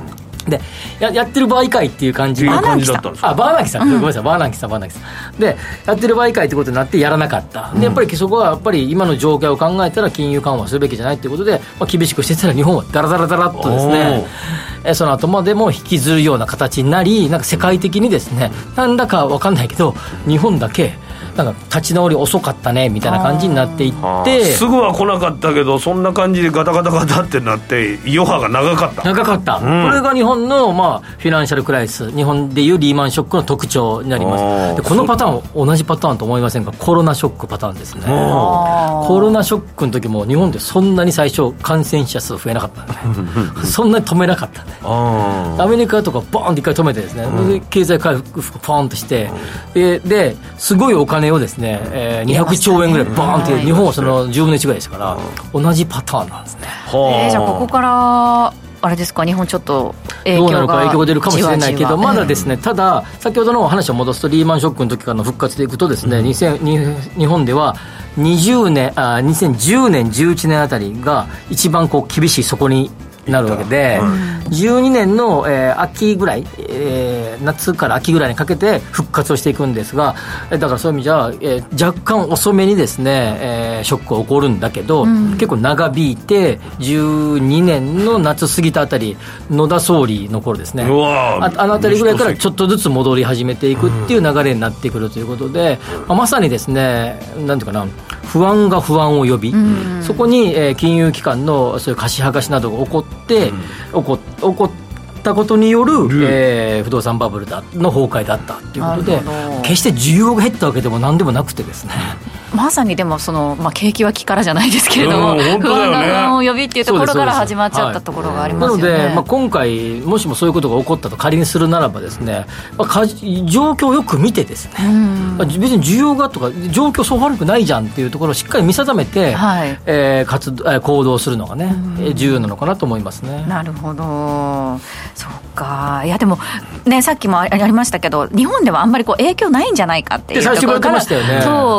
で や, やってる場合かいっていう感じっていう感じだったんですか。 あバーナンキさん、うん、ごめんなさいバーナンキさんバーナンキさんでやってる場合かいってことになってやらなかった、うん、でやっぱりそこはやっぱり今の状況を考えたら金融緩和するべきじゃないということで、まあ、厳しくしてたら日本はダラダラダラっとですねえその後までも引きずるような形になり、なんか世界的にですね、なんだか分かんないけど日本だけなんか立ち直り遅かったねみたいな感じになっていって、 すぐは来なかったけどそんな感じでガタガタガタってなって余波が長かった長かった、うん、これが日本の、まあ、フィナンシャルクライシス、日本でいうリーマンショックの特徴になります。でこのパターン同じパターンと思いませんか。コロナショックパターンですね。コロナショックの時も日本でそんなに最初感染者数増えなかったんでそんなに止めなかったんでアメリカとかボーンって一回止めてですね、うん、経済回復ポーンとして、で、ですごいお金をですね、えー、にひゃくちょうえんぐらいバーンって、日本はそのじゅうぶんのいちぐらいですから、同じパターンなんですね。 えー、じゃあここからあれですか、日本ちょっと影響がどうなのか影響が出るかもしれないけど、まだですね、うん、ただ先ほどの話を戻すとリーマンショックの時からの復活でいくとですね、うん、にせんに日本ではにじゅうねんあにせんじゅうねんじゅういちねんあたりが一番こう厳しい底になるわけで、うん、じゅうにねんの、えー、秋ぐらい、えー、夏から秋ぐらいにかけて復活をしていくんですが、だからそういう意味じゃ、えー、若干遅めにですね、えー、ショックが起こるんだけど、うん、結構長引いてじゅうにねんの夏過ぎたあたり、野田総理の頃ですね、あ, あのあたりぐらいからちょっとずつ戻り始めていくっていう流れになってくるということで、まあ、まさにですね、なんていうかな、不安が不安を呼び、うん、そこに、えー、金融機関のそういう貸し剥がしなどが起こってで、うん、起こ、起こったことによる、えー、不動産バブルだの崩壊だったということで、決して需要が減ったわけでも何でもなくてですね、 まさにでもその、まあ、景気は気からじゃないですけれども、うんね、不安が不安を呼びっていうところから始まっちゃったところがありますよね。 なので、まあ、今回もしもそういうことが起こったと仮にするならばですね、まあ、状況をよく見てですね、まあ、別に需要がとか状況そう悪くないじゃんっていうところをしっかり見定めて、はいえー、活動行動するのがね重要なのかなと思いますね。 なるほど、そうか。いやでもね、さっきもありましたけど、日本ではあんまりこう影響ないんじゃないかっていうところからそう、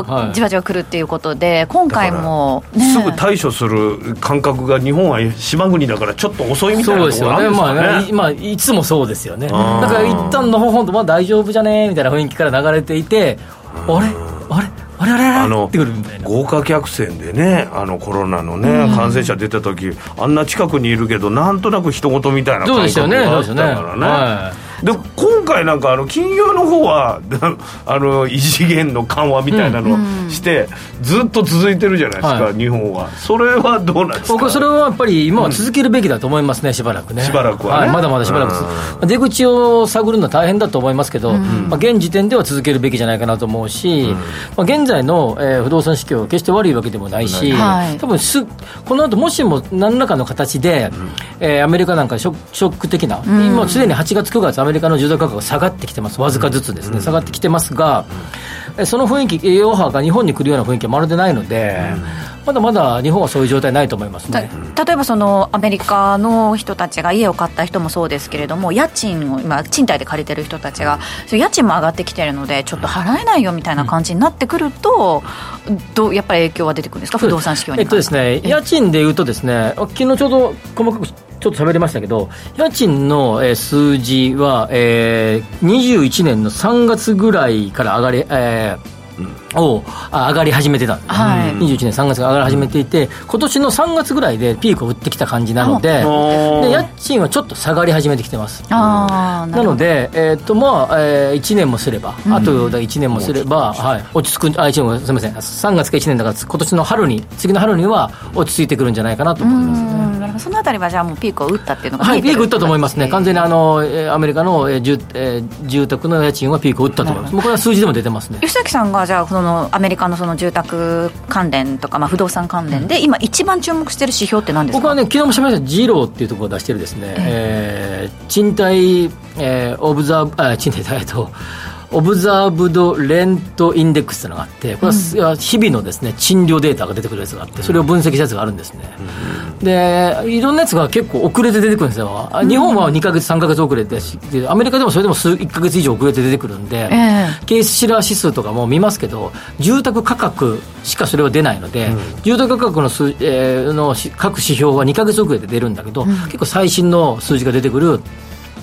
はい、じわじわ来るっていうことで、今回も、ね、 すぐ対処する感覚が日本は島国だからちょっと遅いみたいなところあるんですよね。 そうですよね、まあ、まあ、いつもそうですよね。だから一旦のほほんと、まあ、大丈夫じゃねみたいな雰囲気から流れていて、あれあれあれあれあれってくるみたいな。 豪華客船でね、あのコロナのね、感染者出た時、あんな近くにいるけどなんとなく人事みたいな感覚があったからね。はいで今回なんかあの金融の方はあの異次元の緩和みたいなのをして、うん、ずっと続いてるじゃないですか、はい、日本は。それはどうなんですか。 僕はそれはやっぱり今は続けるべきだと思いますね、しばらくね。 しばらくはね、はい、 まだまだしばらく、うん、出口を探るのは大変だと思いますけど、うんまあ、現時点では続けるべきじゃないかなと思うし、うんまあ、現在の、えー、不動産市況は決して悪いわけでもないし、はい、多分すこの後もしも何らかの形で、うんえー、アメリカなんかショショック的な、うん、今すでにはちがつくがつアメリカの住宅価格が下がってきてます。わずかずつですね、うん、下がってきてますが、うん、その雰囲気、オファーが日本に来るような雰囲気はまるでないので、うん、まだまだ日本はそういう状態ないと思いますね。 例えばそのアメリカの人たちが家を買った人もそうですけれども、家賃を今賃貸で借りてる人たちが、うん、家賃も上がってきてるのでちょっと払えないよみたいな感じになってくると、うん、どうやっぱり影響は出てくるんですか、不動産市況に関して。 えっとですね、家賃でいうとですね、昨日ちょうど細かくちょっと喋りましたけど、家賃の、えー、数字は、えー、にじゅういちねんのさんがつぐらいから上がり、えーを上がり始めてたんです、はい、にじゅういちねんさんがつが上がり始めていて、今年のさんがつぐらいでピークを打ってきた感じなので、で家賃はちょっと下がり始めてきてます。あなので、えーっとまあえー、いちねんもすれば、うん、あといちねんもすれば、はい、落ち着く。あいちねんもすみません、さんがつかいちねんだから今年の春に次の春には落ち着いてくるんじゃないかなと思いますね。 そのあたりはじゃあもうピークを打ったっていうのが、 はい、ピーク打ったと思いますね。完全にあのアメリカの住、えー、住宅の家賃はピークを打ったと思います。もうこれは数字でも出てますね。 吉崎さんがじゃあそのアメリカのその住宅関連とか、まあ、不動産関連で今一番注目している指標って何ですか。 僕はね、昨日もしゃべりましたジローっていうところを出してるですね、えー、賃貸、えー、オブザーブあ賃貸だとオブザーブドレントインデックスというのがあって、これは日々のですね賃料データが出てくるやつがあって、それを分析したやつがあるんですね、うん、でいろんなやつが結構遅れて出てくるんですよ。日本はにかげつさんかげつ遅れて、アメリカでもそれでも数いっかげつ以上遅れて出てくるんで、えー、ケースシラー指数とかも見ますけど、住宅価格しかそれは出ないので、うん、住宅価格の数、えー、の各指標はにかげつ遅れて出るんだけど、うん、結構最新の数字が出てくる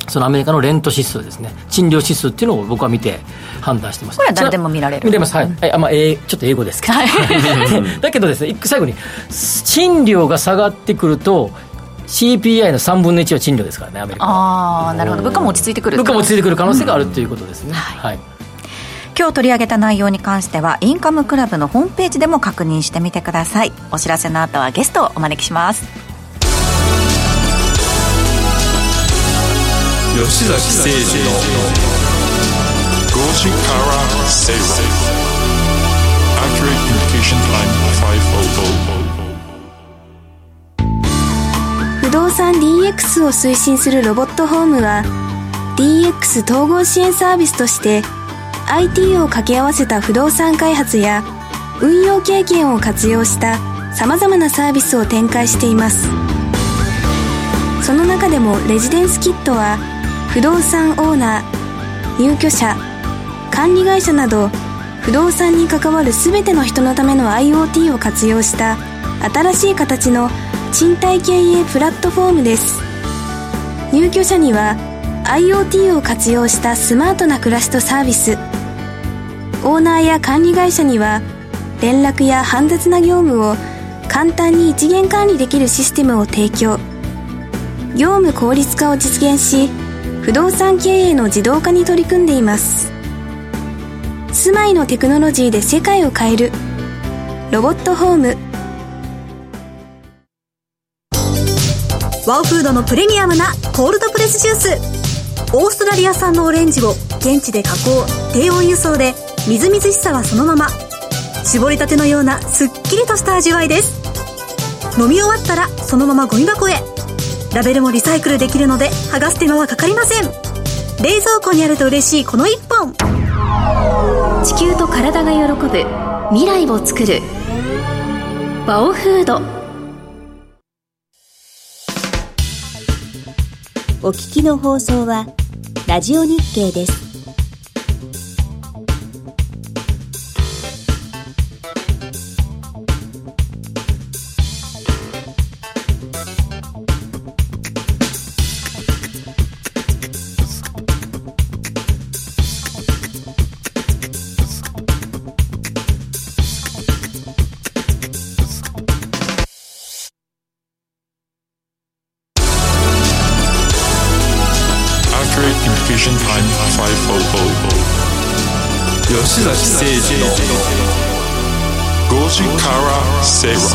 そのアメリカのレント指数ですね、賃料指数っていうのを僕は見て判断してます。 これは誰でも見られる。 見れます、はい、はい、あ、まあ、えー、ちょっと英語ですけど、はい、だけどですね、最後に賃料が下がってくると シーピーアイ のさんぶんのいちは賃料ですからね、アメリカは。 ああ、なるほど。物価も落ち着いてくる、 物価も落ち着いてくる可能性があるということですね、うん、はい、 今日取り上げた内容に関してはインカムクラブのホームページでも確認してみてください。お知らせの後はゲストをお招きします。 吉崎誠二のごじから正論 Accurate Communication Time ごひゃく。 不動産 ディーエックス を推進するロボットホームは ディーエックス 統合支援サービスとして アイティー を掛け合わせた不動産開発や運用経験を活用したさまざまなサービスを展開しています。その中でもレジデンスキットは不動産オーナー、入居者、管理会社など不動産に関わる全ての人のための アイオーティー を活用した新しい形の賃貸経営プラットフォームです。入居者には アイオーティー を活用したスマートな暮らしとサービス、オーナーや管理会社には連絡や煩雑な業務を簡単に一元管理できるシステムを提供、業務効率化を実現し不動産経営の自動化に取り組んでいます。住まいのテクノロジーで世界を変えるロボットホーム。 ワオフードのプレミアムなコールドプレスジュース、オーストラリア産のオレンジを現地で加工、低温輸送でみずみずしさはそのまま、絞りたてのようなすっきりとした味わいです。飲み終わったらそのままゴミ箱へ。ラベルもリサイクルできるので剥がす手間はかかりません。冷蔵庫にあると嬉しいこの一本。 地球と体が喜ぶ未来を作るワオフード。 お聞きの放送はラジオ日経です。 吉崎誠二のごじから正論。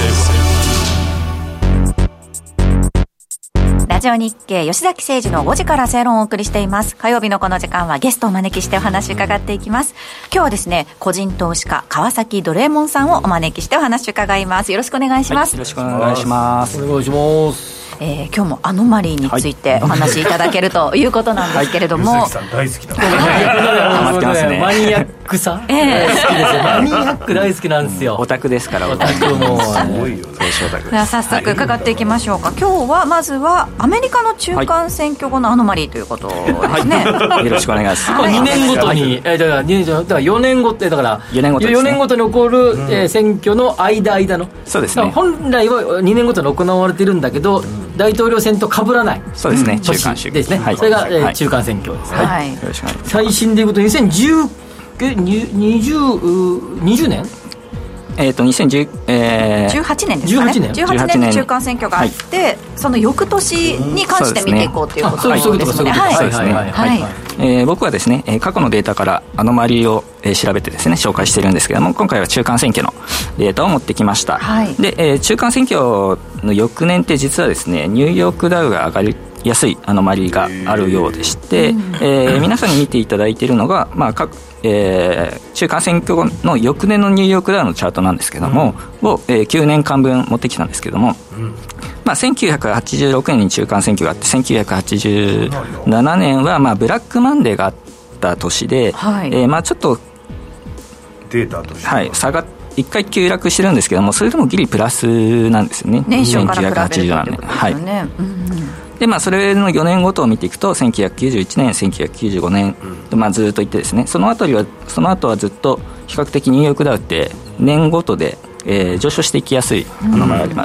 ラジオ日経吉崎誠二のごじから正論をお送りしています。火曜日のこの時間はゲストをお招きしてお話を伺っていきます。今日はですね、個人投資家川崎ドレーモンさんをお招きしてお話を伺います。よろしくお願いします。 はい、よろしくお願いします。 お願いします。 えー、今日もアノマリーについてお話しいただけるということなんですけれども、 はい、吉崎さん大好きだね。 マニアックさ、えー、好きですよ。マニアック大好きなんですよ。 オタクですから。 オタクもすごいよね。 では早速伺っていきましょうか。今日はまずはアメリカの中間選挙後のアノマリーということですね。 はい、よろしくお願いします。 はい、 にねんごとに、えー、だからだからよねんごってだからよねんごとですね。 よねんごとに起こる、うんえー、選挙の間間の。 そうですね。 本来はにねんごとに行われているんだけど、うん、大統領選と被らない。 そうですね。中間選挙ですね。はい、それが、えーはい、中間選挙です。 はい。はい、 よろしくお願いします。 最新でいうとにせんじゅうえにじゅう、にじゅうねんえー、とにせんじゅう、えー、 じゅうはちねんですかね。じゅうはちねん、じゅうはちねんに中間選挙があって、はい、その翌年に関して見ていこうということですね。 僕はですね、過去のデータからアノマリーを、えー、調べてですね紹介しているんですけれども、今回は中間選挙のデータを持ってきました。はい、で、えー、中間選挙の翌年って実はですね、ニューヨークダウが上がりやすいアノマリーがあるようでして、うんえー、皆さんに見ていただいているのが、まあ各えー、中間選挙後の翌年のニューヨークダウのチャートなんですけども、うん、を、えー、きゅうねんかんぶん持ってきたんですけども、うんまあ、せんきゅうひゃくはちじゅうろくねんに中間選挙があって、せんきゅうひゃくはちじゅうななねんは、まあ、ブラックマンデーがあった年で、はいえーまあ、ちょっとデータとしては、はい、下が一回急落してるんですけども、それでもギリプラスなんですよね。 年初から比べるとってことですよね。 はいでまあ、それのよねんごとを見ていくと、せんきゅうひゃくきゅうじゅういちねん、せんきゅうひゃくきゅうじゅうごねんと、まあ、ずっといってですね、その後はその後はずっと比較的ニューヨークダウって年ごとで、えー、上昇していきやすいものもあります。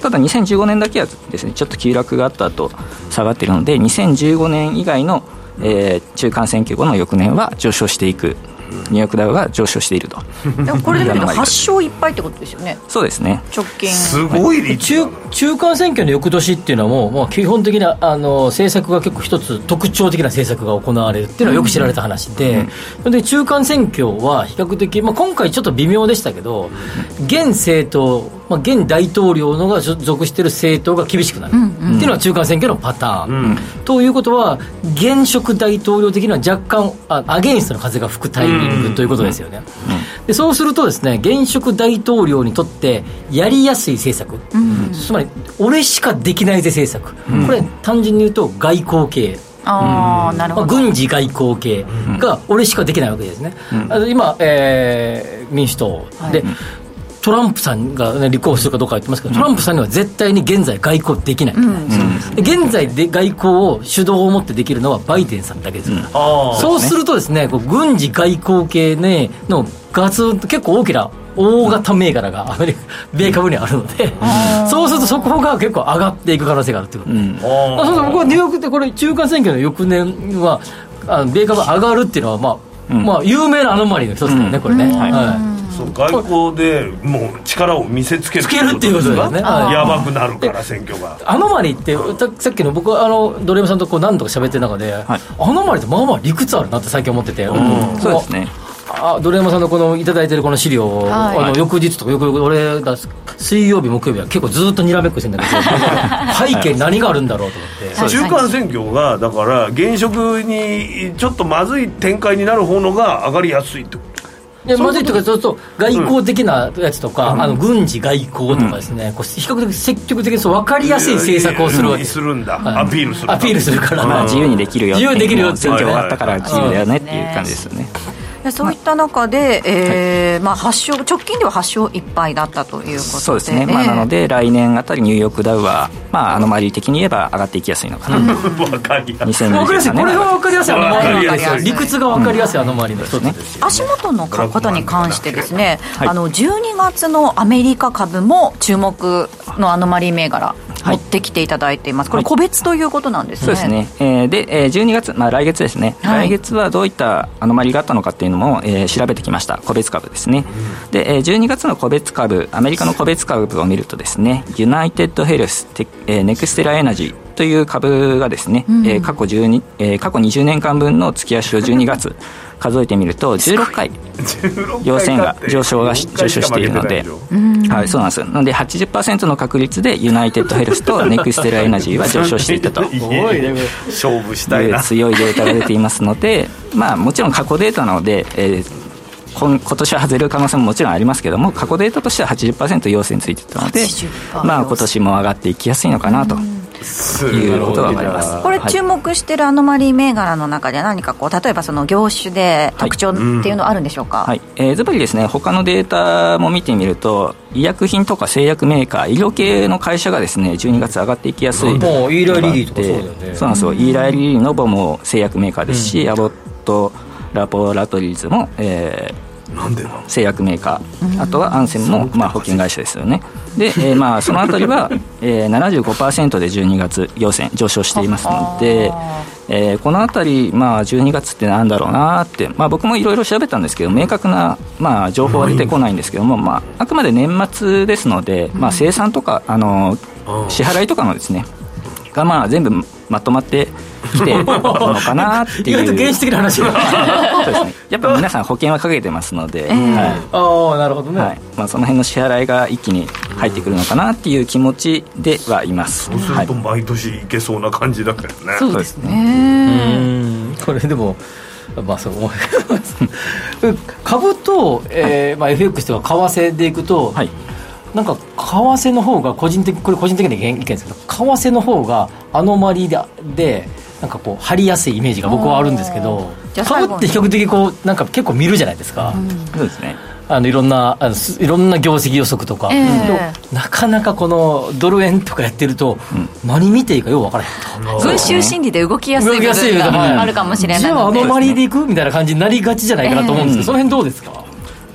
ただにせんじゅうごねんだけはですねちょっと急落があった後下がっているので、にせんじゅうごねん以外の、えー、中間選挙後の翌年は上昇していく、ニューヨークダウが上昇していると。 でもこれで見るとはち勝いっ敗ってことですよね。 そうですね。 直近すごい率、 中, 中間選挙の翌年っていうのはもう、もう基本的なあの政策が結構一つ特徴的な政策が行われるっていうのはよく知られた話で、うん、で中間選挙は比較的、まあ、今回ちょっと微妙でしたけど、現政党、まあ、現大統領のが属している政党が厳しくなる、うんうん、っていうのは中間選挙のパターン、うん、ということは現職大統領的には若干あアゲインストの風が吹くタイミングということですよね、うんうん、でそうするとですね、現職大統領にとってやりやすい政策、うん、つまり俺しかできないぜ政策、うん、これ単純に言うと外交系、 あ、なるほど、 まあ、軍事外交系が俺しかできないわけですね、うん、あの今、えー、民主党で、はい、トランプさんが、ね、立候補するかどうか言ってますけど、トランプさんには絶対に現在外交できない、うん、で現在で外交を主導を持ってできるのはバイデンさんだけですから、うん、そうするとですね、こう軍事外交系、ね、のガツンと結構大きな大型銘柄がアメリカ米株にあるので、うん、そうするとそこが結構上がっていく可能性があるということで、うん、そうすると僕はニューヨークってこれ中間選挙の翌年はあの米株上がるっていうのは、まあうんまあ、有名なアノマリーの一つだよね、これね、うんはいはい、 そう外交でもう力を見せつけるっていうことですね。 やばくなるから選挙が。 アノマリーってさっきの僕はあのドレムさんとこう何度か喋ってる中で、はい、アノマリーってまあまあ理屈あるなって最近思ってて、うん、 そうですね。 あドレムさんのこのいただいてるこの資料を、はい、あの翌日とかよく俺だ水曜日木曜日は結構ずっとにらめっこしてるんだけど背景に何があるんだろうと思って中間選挙がだから現職にちょっとまずい展開になる方のが上がりやすいってこと。 いやまずいというか、そうすると外交的なやつとか、うん、あの軍事外交とかですね、うん、こう比較的積極的にそう分かりやすい政策をするわけです。 するんだ、はい、アピールするアピールするから、 まあ、自由にできるよ自由にできるよって選挙終わったから自由だよねっていう感じですよね。 そういった中で、えーまあ、はち勝直近でははち勝いっ敗だったということで、 そうですね、まあ、なので来年あたりニューヨークダウは、まあ、アノマリー的に言えば上がっていきやすいのかなと、うん、 分かりやすい分かりやすい、これが分かりやすいアノマリーですよ。理屈が分かりやすいアノマリーの一つですよ、 うん、足元の方に関してですね、はい、あのじゅうにがつのアメリカ株も注目のアノマリー銘柄持ってきていただいています。これ個別ということなんですね。 そうですね、えー、で、えー、じゅうにがつ、まあ、来月ですね、はい、来月はどういったアノマリーがあったのかっていうのも、えー、調べてきました。個別株ですね、うん、で、えー、じゅうにがつの個別株、アメリカの個別株を見るとですね、ユナイテッドヘルス、えー、ネクステラエナジーという株がですね、うんえー、過去じゅうに、えー、過去にじゅうねんかんぶんの月足をじゅうにがつ数えてみるとじゅうろっかい陽線が上昇が上昇しているので、はい、そうなんです。なので はちじゅっパーセント の確率でユナイテッドヘルスとネクステラエナジーは上昇していたと勝負したいな強いデータが出ていますので、まあ、もちろん過去データなので、えー今, 今年は外れる可能性ももちろんありますけども、過去データとしては はちじゅっパーセント 陽線ついていたので、まあ、今年も上がっていきやすいのかなということが分かります。 これ注目しているアノマリー銘柄の中で何かこう例えばその業種で特徴っていうのはあるんでしょうか。 はい、はいえー、ずばりですね、他のデータも見てみると医薬品とか製薬メーカー、医療系の会社がですねじゅうにがつ上がっていきやすい。 もうイーライリリーとかそうだよね。 そうなんですよ、イーライリリーノボも製薬メーカーですし、うん、アボットラボラトリーズも、えーなんで製薬メーカー、あとはアンセムも、まあ、保険会社ですよね。で、えーまあ、そのあたりは、えー、ななじゅうごパーセント でじゅうにがつ陽線上昇していますので、えー、このあたり、まあ、じゅうにがつってなんだろうなって、まあ、僕もいろいろ調べたんですけど明確な、まあ、情報は出てこないんですけども、まあ、あくまで年末ですので、まあ、生産とかあの支払いとかのですねが、まあ、全部まとまってきてるのかなっていう意外と原始的な話がそうですね、やっぱ皆さん保険はかけてますので、 えーはい、ああなるほどね、 はいまあ、その辺の支払いが一気に入ってくるのかなっていう気持ちではいます。 そうすると毎年いけそうな感じだけどね、 はい、そうですね。 うんこれでもまあそう思います株と、えーまあ、エフエックス とか為替でいくと、はいなんか為替の方が個人的これ個人的な意見ですけど為替の方がアノマリーで、でなんかこう張りやすいイメージが僕はあるんですけど、株って比較的こうなんか結構見るじゃないですか、うん、 そうですね。 あのいろんなあのいろんな業績予測とか、えー、なかなかこのドル円とかやってると、うん、何見ていいかよく分からへんと。 群衆心理で動きやすい部分があるかもしれないので、 じゃあアノマリーでいくみたいな感じになりがちじゃないかなと思うんですけど、うん、その辺どうですか。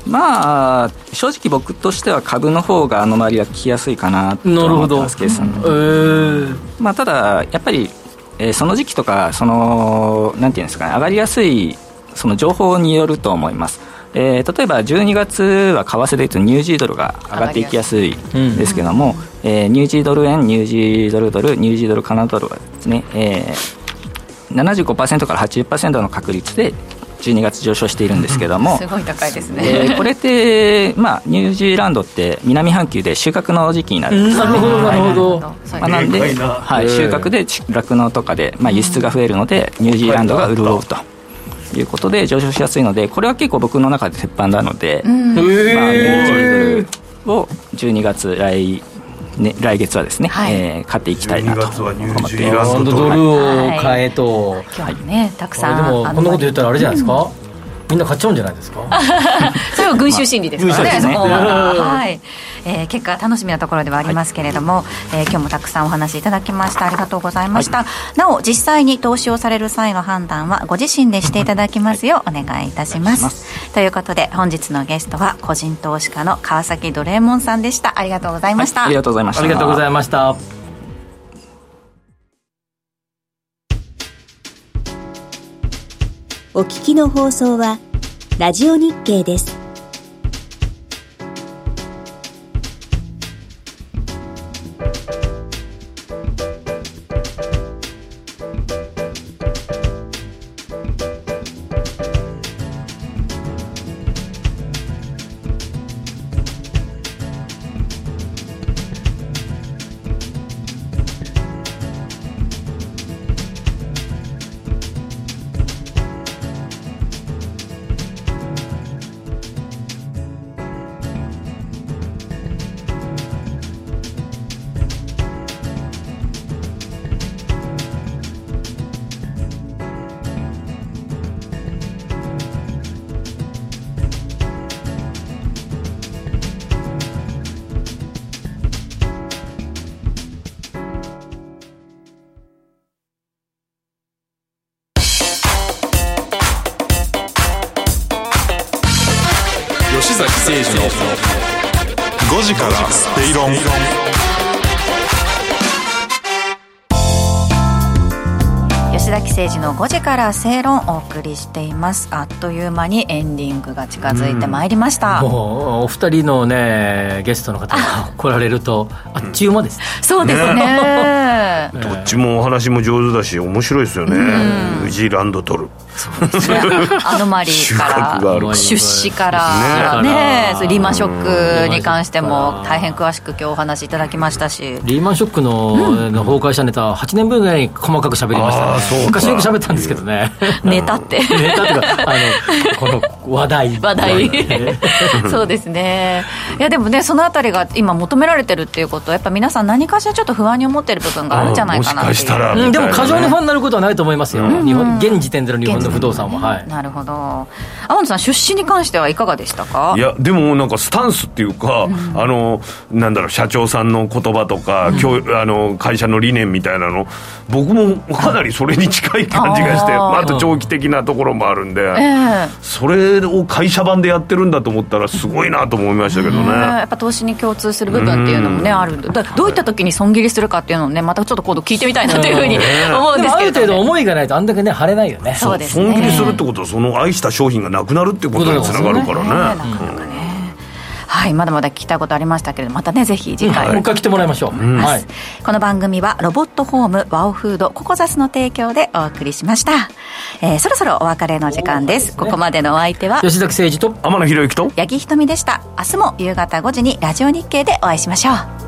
まあ正直僕としては株の方がアノマリは来やすいかなと思ってます。ケースさんの、えーまあ、ただやっぱり、えー、その時期とかそのなんていうんですかね、上がりやすいその情報によると思います。えー、例えばじゅうにがつは為替でいうとニュージードルが上がっていきやすいですけども、うんえー、ニュージードル円、ニュージードルドル、ニュージードルカナダドルはですね、えー、ななじゅうごパーセント から はちじゅっパーセント の確率でじゅうにがつ上昇しているんですけどもすごい高いですね、 えー、これって、まあ、ニュージーランドって南半球で収穫の時期になるんです、ね、 なるほどなるほど、 まあ、なんで、はい、収穫で酪農とかで、まあ、輸出が増えるのでニュージーランドが潤うということで上昇しやすいので、これは結構僕の中で鉄板なので、うんまあ、ニュージードルをじゅうにがつ来ね、来月はですね、はいえー、買っていきたいなと思っています。 ドルを買えと、 はい、今日もねたくさんでもこんなこと言ったらあれじゃないですか、うん、みんな買っちゃうんじゃないですかそれは群衆心理ですからね、 まあ、 そこは、はいえー、結果楽しみなところではありますけれども、はいえー、今日もたくさんお話いただきましたありがとうございました、はい、なお実際に投資をされる際の判断はご自身でしていただきますようお願いいたします、はい、ということで本日のゲストは個人投資家の川崎ドレーモンさんでした。ありがとうございました、 はい、ありがとうございました。 ありがとうございました。 お聞きの放送はラジオ日経です。 吉崎誠二のごじからスペイロン。 吉崎誠二のごじから正論をお送りしています。あっという間にエンディングが近づいてまいりました、 うん、もうお二人のねゲストの方が来られるとあっちゅう間です、 うん、そうですねどっちもお話も上手だし面白いですよね、うん、ニュージーランドドルアノマリーから出資からね、ね、リーマンショックに関しても大変詳しく今日お話いただきましたし、 リーマンショック の,、うん、の崩壊したネタはちねんぶんぐらいに細かく喋りましたね。昔よく喋ったんですけどねネタってネタっていうかあのこの話題話題そうですね。いやでもねそのあたりが今求められてるっていうことはやっぱ皆さん何かしらちょっと不安に思ってる部分があるんじゃないかなっていう、もしかしたら、 うん、でも過剰に不安になることはないと思いますよ、うん、日本現時点での日本の不動産は、はい、 なるほど。天野さん出資に関してはいかがでしたか？ いやでもなんかスタンスっていうか、うん、あのなんだろう社長さんの言葉とか、うん、あの会社の理念みたいなの僕もかなりそれに近い感じがして、あ, あと長期的なところもあるんで、えー、それを会社版でやってるんだと思ったらすごいなと思いましたけどね、えー、 やっぱ投資に共通する部分っていうのもねあるんで、だどういった時に損切りするかっていうのをねまたちょっと今度聞いてみたいなというふうに思うんですけど、ね、ある程度思いがないとあんだけね張れないよね。 そうですね。 損切りするってことはその愛した商品がなくなるってことにつながるからね、なかなかね、はい、まだまだ聞きたいことありましたけれどまたねぜひ次回、 うん、もう一回来てもらいましょう、うんはい、 この番組はロボットホームワオフードココザスの提供でお送りしました、えー、そろそろお別れの時間です。ここまでのお相手は吉崎誠二と天野博之と八木ひとみでした。明日も夕方ごじにラジオ日経でお会いしましょう。